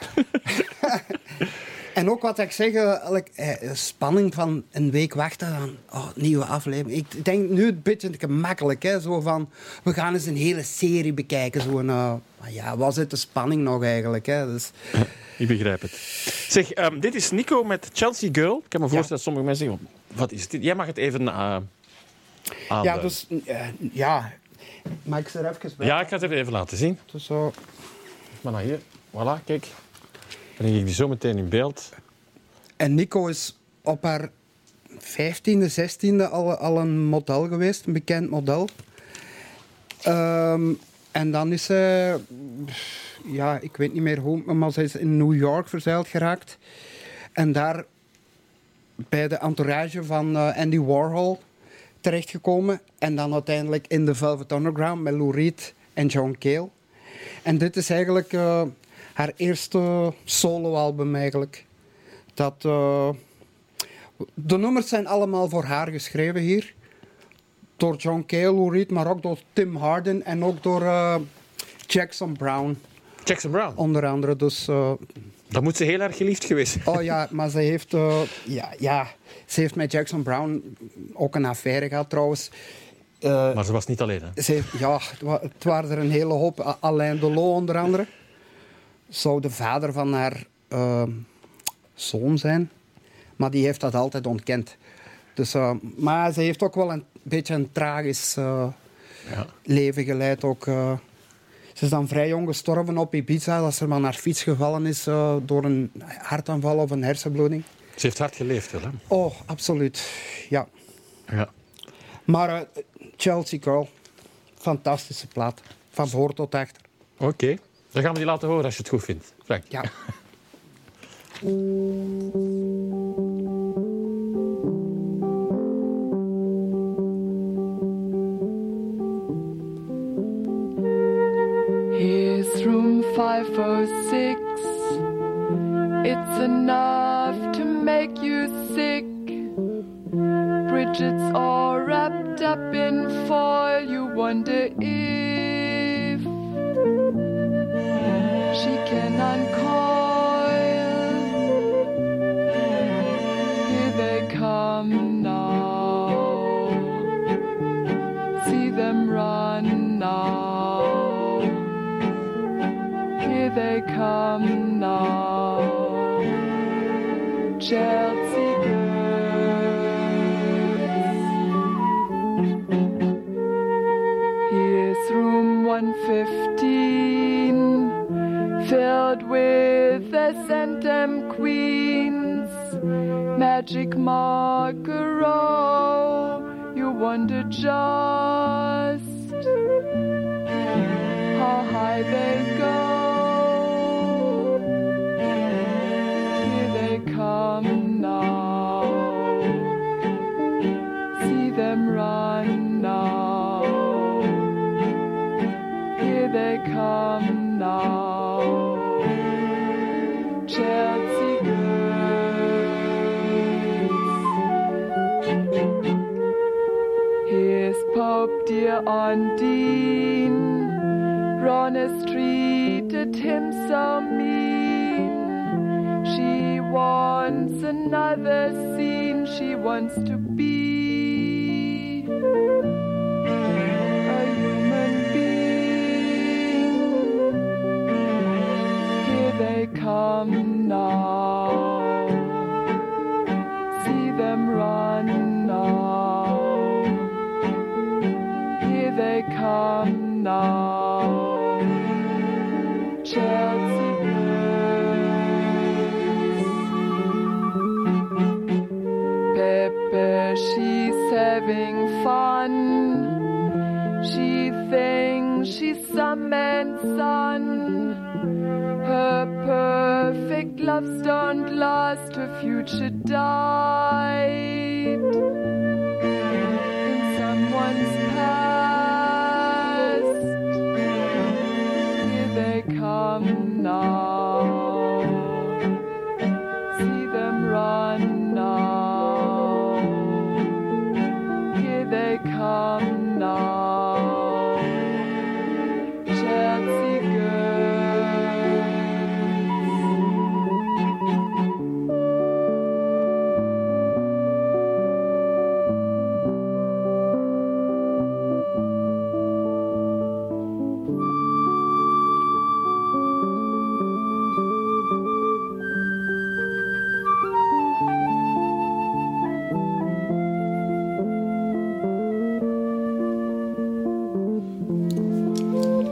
En ook wat ik zeg, spanning van een week wachten aan nieuwe aflevering. Ik denk nu een beetje gemakkelijk. Hè, zo van, we gaan eens een hele serie bekijken. Zo ja, waar zit de spanning nog eigenlijk? Hè? Dus... Ik begrijp het. Zeg, dit is Nico met Chelsea Girl. Ik kan me voorstellen dat sommige mensen zeggen, wat is dit? Jij mag het even aan. Ja, dus... ja, mag ik ze er even bij? Ja, ik ga het even laten zien. Dus zo... Maar nou hier, voilà, kijk. Dan breng ik die zo meteen in beeld. En Nico is op haar 15e, 16e al een model geweest, een bekend model. En dan is ze, ja, ik weet niet meer hoe, maar ze is in New York verzeild geraakt. En daar bij de entourage van Andy Warhol terechtgekomen. En dan uiteindelijk in de Velvet Underground met Lou Reed en John Cale. En dit is eigenlijk haar eerste soloalbum eigenlijk. De nummers zijn allemaal voor haar geschreven hier. Door John Cale, Lou Reed, maar ook door Tim Hardin en ook door Jackson Browne. Jackson Browne. Onder andere, dus... Dat moet ze heel erg geliefd geweest zijn. Oh ja, maar ze heeft... ze heeft met Jackson Browne ook een affaire gehad trouwens. Maar ze was niet alleen, hè? Het waren er een hele hoop. Alain Delon onder andere. Zou de vader van haar zoon zijn. Maar die heeft dat altijd ontkend. Dus, maar ze heeft ook wel een beetje een tragisch leven geleid. Ook, ze is dan vrij jong gestorven op Ibiza. Dat ze van haar fiets gevallen is door een hartaanval of een hersenbloeding. Ze heeft hard geleefd, hè? Oh, absoluut. Ja. Ja. Maar Chelsea Girl, fantastische plaat. Van voor tot achter. Oké. Dan gaan we die laten horen als je het goed vindt. Frank. Ja. Here's room 506. It's enough to make you sick. Bridget's all wrapped up in foil. You wonder if she can uncoil. Here they come now. See them run now. Here they come now. Chelsea girls. Here's room 115, filled with the Centum Queens. Magic Margaro, you wonder just how high they go. Here they come now. See them run now. Here they come now. Chelsea girls. Here's Pope dear Undine. Ronus treated him so mean. She wants another scene. She wants to be a human being. Here they come now. See them run now. Here they come now. Chelsea girls. Pepper, she's having fun. She thinks she's some man's son. Her perfect loves don't last. Her future died in someone's past. Here they come now. See them run now. Here they come now. Chelsea girls.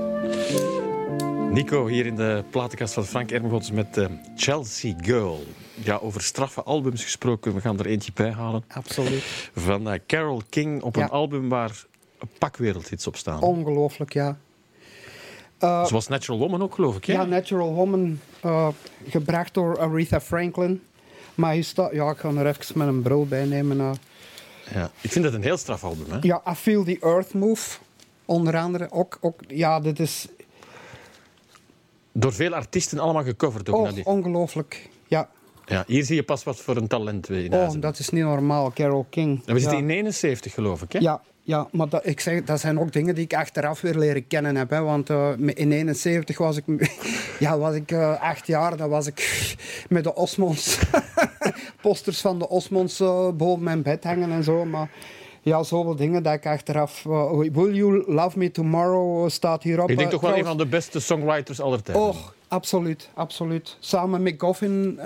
Nico hier in de platenkast van Frank Ermgods met Chelsea Girl. over straffe albums gesproken, we gaan er eentje bij halen. Absoluut. Van Carole King op Ja. een album waar een pak wereldhits op staan. Ongelooflijk, ja. Zoals Natural Woman ook, geloof ik. Hè? Ja, Natural Woman, gebracht door Aretha Franklin. Maar ik ga er even met een bril bij nemen. Ja. Ik vind het een heel straf album. Hè? Ja, I Feel the Earth Move, onder andere. Ook, ja, dit is Door veel artiesten allemaal gecoverd. Ook, Nadine. ongelooflijk. Ja. Ja, hier zie je pas wat voor een talent in huis. Dat is niet normaal, Carole King. En we zitten Ja. in 71, geloof ik. Hè? Ja, maar ik zeg, dat zijn ook dingen die ik achteraf weer leren kennen heb. Hè, want in 71 was ik, was ik 8 jaar. Dan was ik met de Osmonds, posters van de Osmonds boven mijn bed hangen en zo. Maar ja, zoveel dingen dat ik achteraf... Will You Love Me Tomorrow staat hierop. Ik denk toch wel een van de beste songwriters aller tijden. Absoluut, absoluut. Samen met Goffin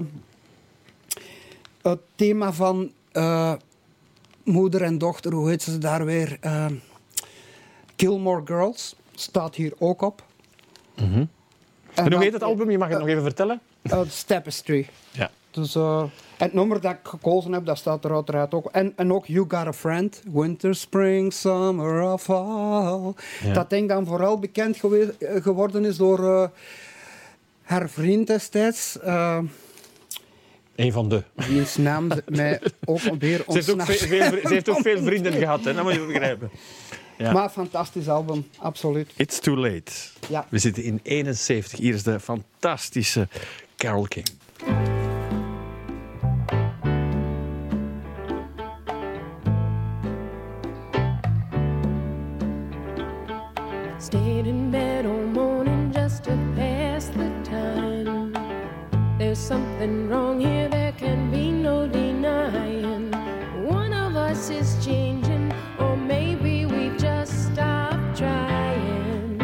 het thema van... moeder en dochter, hoe heet ze daar weer? Gilmore Girls staat hier ook op. En hoe heet het album? Je mag het nog even vertellen. Tapestry. Ja. Dus, het nummer dat ik gekozen heb, dat staat er uiteraard ook. En ook You Got a Friend. Winter, Spring, Summer of Fall. Ja. Dat denk ik dan vooral bekend geworden is door haar vriend destijds. Een van de. Wiens naam mij ook weer ontsnapt. Ze heeft ook veel vrienden gehad, hè? Dat moet je begrijpen. Ja. Maar fantastisch album, absoluut. It's Too Late. Ja. We zitten in 71. Hier is de fantastische Carole King. Stayed in bed all morning just to pass the time. There's something wrong here, there can be no denying. One of us is changing, or maybe we've just stopped trying.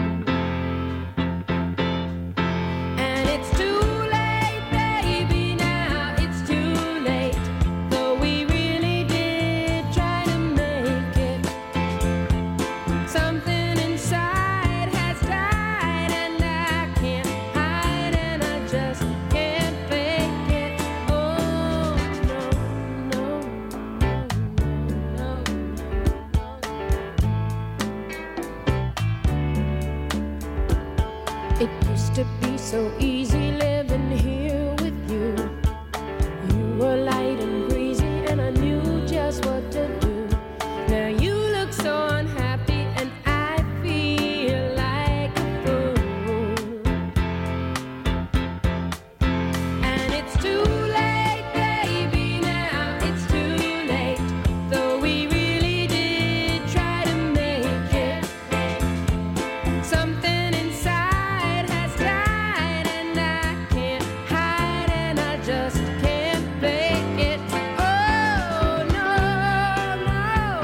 And it's too late, baby, now it's too late. Though we really did try to make it. Something inside has died, and I can't hide, and I just can't fake it. Oh, no, no, no, no, no. It used to be so easy living here with you. You were light and breezy, and I knew just what to do. Now you look so unhappy, and I feel like a fool. And it's too late, baby, now it's too late. Though we really did try to make it. Something inside has died, and I can't hide, and I just can't fake it. Oh, no, no.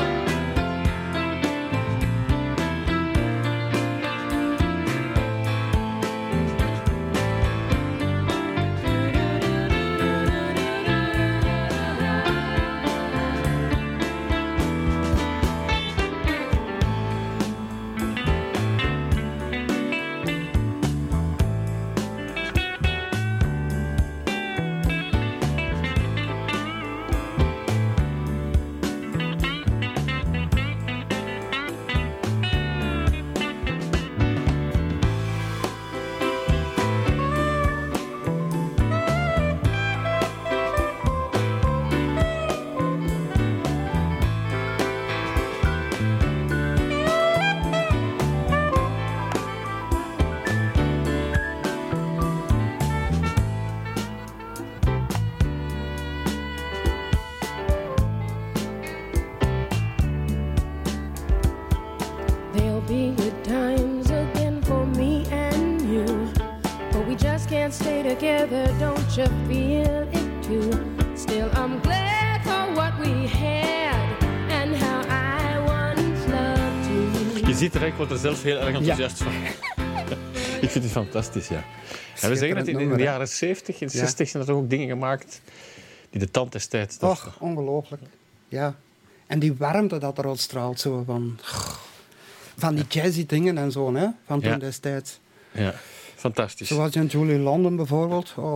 There'll be good times again for me and you. But we just can't stay together, don't you feel it too? Still, I'm glad for what we had and how I once loved you. Je ziet er, ik word er zelf heel erg enthousiast van. Ik vind het fantastisch, ja. En we zeggen het in de jaren 70, in de 60 zijn er toch ook dingen gemaakt die de tand des tijds... Och, ongelooflijk. Ja. En die warmte dat er uitstraalt, zo van die jazzy dingen en zo, hè, van toen Ja. destijds. Ja, fantastisch. Zoals in Julie London bijvoorbeeld. Oh.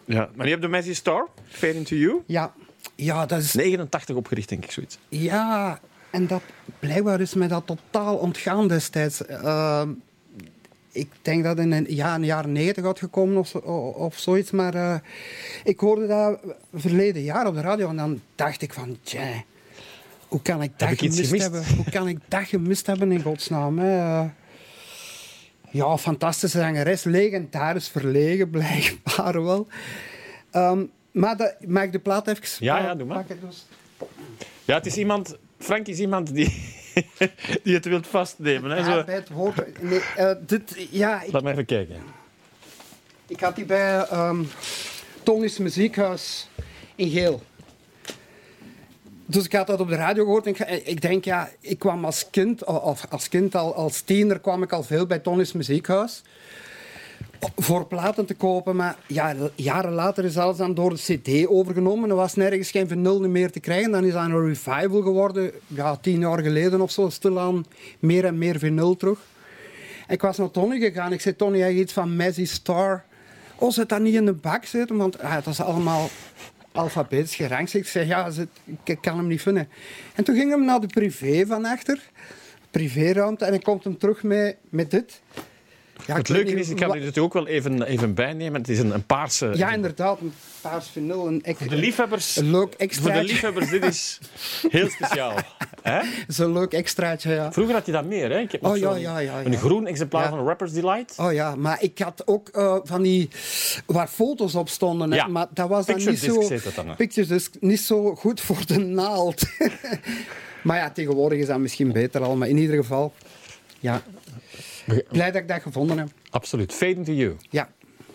Ja, maar je hebt de Messi Star, Fading to You. Ja, dat is... 89 opgericht, denk ik, zoiets. Ja, en dat blijkbaar is mij dat totaal ontgaan destijds. Ik denk dat in een jaren 90 had gekomen of zoiets. Maar ik hoorde dat verleden jaar op de radio. En dan dacht ik van, tja, hoe kan ik dat gemist hebben? Hoe kan ik dat gemist hebben in godsnaam? Hè? Ja, fantastische zangeres. Legendarisch verlegen, blijkbaar wel. Maar mag ik de plaat even Ja, doe maar. pakken? Dus. Ja, het is iemand... Frank is iemand die het wilt vastnemen. Hè? Ja, Zo. bij het woord... Nee, Laat me even kijken. ik had die bij Tony's Muziekhuis in Geel. Dus ik had dat op de radio gehoord. En ik denk, ja, ik kwam als kind, als tiener, kwam ik al veel bij Tony's Muziekhuis. Voor platen te kopen, maar ja, jaren later is alles dan door de CD overgenomen. Er was nergens geen vinyl meer te krijgen. Dan is dat een revival geworden. Ja, 10 jaar geleden of zo, stilaan meer en meer vinyl terug. En ik was naar Tony gegaan. Ik zei, Tony, heb je iets van Messi Star? Oh, zit dat niet in de bak zitten? Want dat is allemaal alfabetisch gerangschikt. Ik zei, ja, ik kan hem niet vinden. En toen ging hij naar de privé van achter. Privéruimte. En hij komt hem terug met dit. Ja, het leuke is, ik kan er natuurlijk ook wel even bijnemen. Het is een paarse... Ja, inderdaad, een paars vinyl. Voor de liefhebbers, een leuk extraatje. dit is heel speciaal. Hè? Dat is een leuk extraatje, ja. Vroeger had je dat meer, hè? Ik heb nog een groen exemplaar van Rapper's Delight. Oh ja, maar ik had ook van die... waar foto's op stonden. Ja. Maar dat was dan niet zo... Pictures disc, niet zo goed voor de naald. Maar ja, tegenwoordig is dat misschien beter al. Maar in ieder geval, ja... Blij dat ik dat gevonden heb. Absoluut. Fading to You. Ja.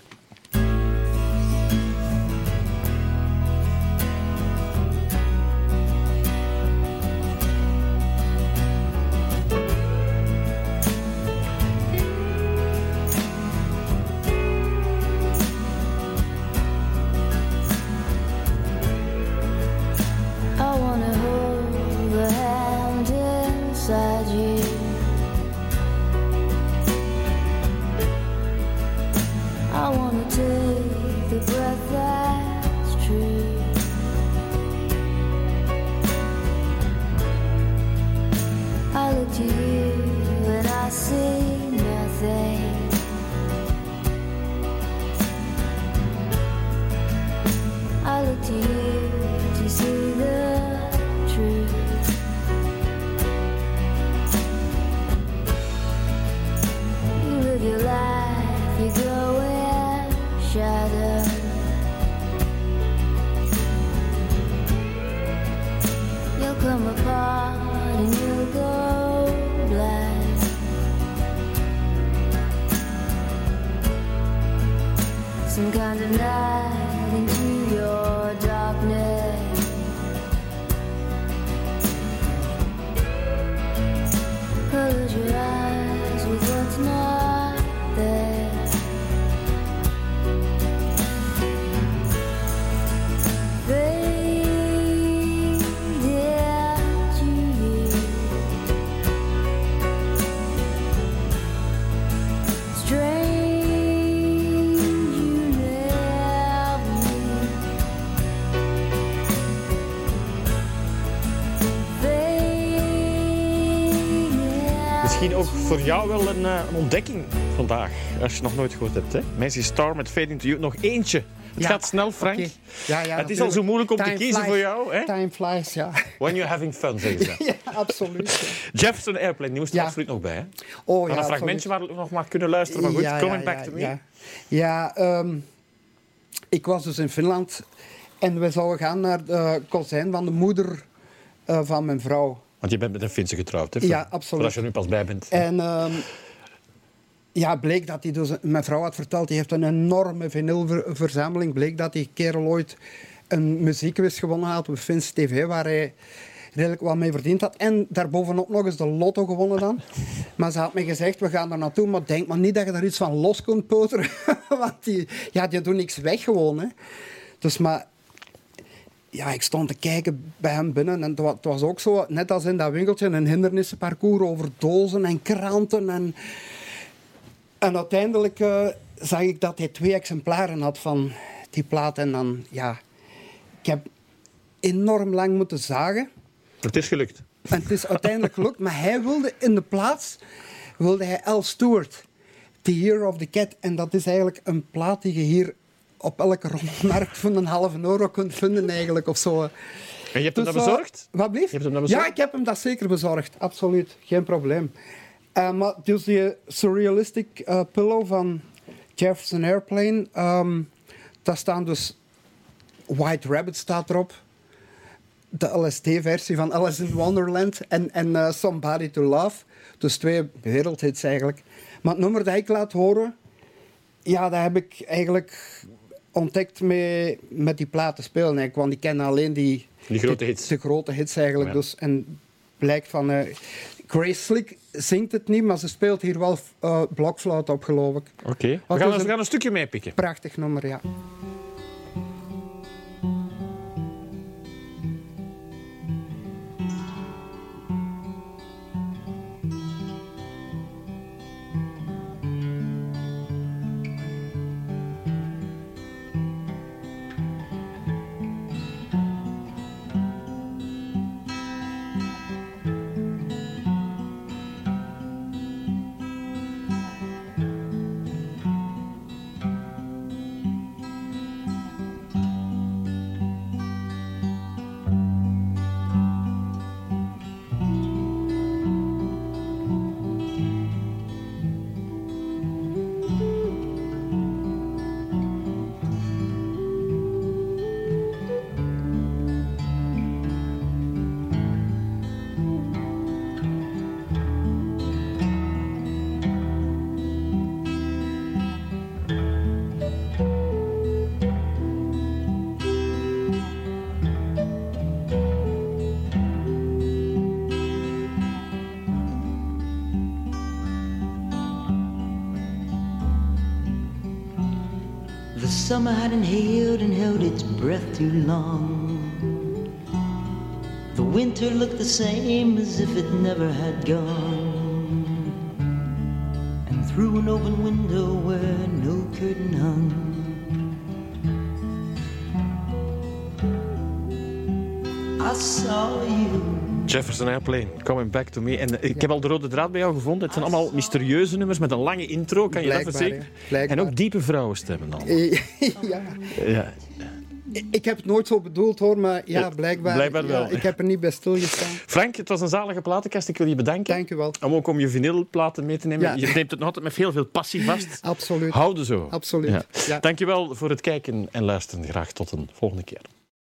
I wanna hold the hand inside you. I wanna take the breath that's true. I look to you and I see nothing. I look to you to see the truth. You live your life, you go in shadow. You'll come apart and you'll go black. Some kind of night into your darkness. Close your eyes with what's not there. Fade into you. Strange you never meet. Misschien ook voor jou wel een ontdekking vandaag, als je het nog nooit gehoord hebt. Hè? Messi Star met Fading to You. Nog eentje. Het gaat snel, Frank. Okay. Ja, het is al zo moeilijk om te kiezen flies. voor jou. Hè? Time flies, ja. When you're having fun, zeggen ze. Ja, absoluut. Jefferson Airplane, die moest er absoluut nog bij. Hè? Oh, een fragmentje waar we nog maar kunnen luisteren. Maar goed, Coming Back to Me. Ja, ik was dus in Finland. En we zouden gaan naar de kozijn van de moeder van mijn vrouw. Want je bent met een Finse getrouwd, hè? Ja, absoluut. Voor als je er nu pas bij bent. En bleek dat hij dus... Mijn vrouw had verteld, die heeft een enorme vinylverzameling. Bleek dat die kerel ooit een muziekquiz gewonnen had op Finse TV, waar hij redelijk wat mee verdiend had. En daarbovenop nog eens de lotto gewonnen dan. Maar ze had me gezegd, we gaan daar naartoe, maar denk maar niet dat je daar iets van los kunt peuteren. Want die doen niks weg gewoon, hè. Dus maar... Ja, ik stond te kijken bij hem binnen en het was ook zo, net als in dat winkeltje, een hindernissenparcours over dozen en kranten. En uiteindelijk zag ik dat hij 2 exemplaren had van die plaat. En dan, ja... Ik heb enorm lang moeten zagen. Het is gelukt. En het is uiteindelijk gelukt. Maar hij wilde in de plaats... wilde hij Al Stewart. The Year of the Cat. En dat is eigenlijk een plaat die je hier... op elke rommelmarkt van €1,5 kunt vinden eigenlijk. Of zo. En je hebt hem Dus, dat bezorgd? Wat blieft? Je hebt hem dat bezorgd? Ja, ik heb hem dat zeker bezorgd. Absoluut. Geen probleem. Maar dus die Surrealistic Pillow van Jefferson Airplane... daar staan dus... White Rabbit staat erop. De LSD-versie van Alice in Wonderland. En Somebody to Love. Dus 2 wereldhits eigenlijk. Maar het nummer dat ik laat horen... Ja, dat heb ik eigenlijk ontdekt met die platen spelen. Eigenlijk, want ik ken alleen die grote hits. De grote hits eigenlijk. Ja. Dus, en blijkt van... Grace Slick zingt het niet, maar ze speelt hier wel blokfluit op, geloof ik. Oké. Dus We gaan een stukje meepikken. Prachtig nummer, ja. The summer had inhaled and held its breath too long. The winter looked the same as if it never had gone. And through an open window where no curtain hung, I saw you. Jefferson Airplane, Coming Back to Me. En ik heb al de rode draad bij jou gevonden. Het zijn allemaal mysterieuze nummers met een lange intro, kan je dat Blijkbaar, verzekeren? ja. Blijkbaar. En ook diepe vrouwenstemmen dan. Ja. Ja. Ik heb het nooit zo bedoeld hoor, maar ja, blijkbaar. Blijkbaar wel. Ja, ik heb er niet bij stilgestaan. Frank, het was een zalige platenkast. Ik wil je bedanken. Dank u wel. Om je vinylplaten mee te nemen. Ja. Je neemt het nog altijd met veel passie vast. Absoluut. Houden zo. Absoluut. Ja. Ja. Dankjewel voor het kijken en luisteren. Graag tot een volgende keer.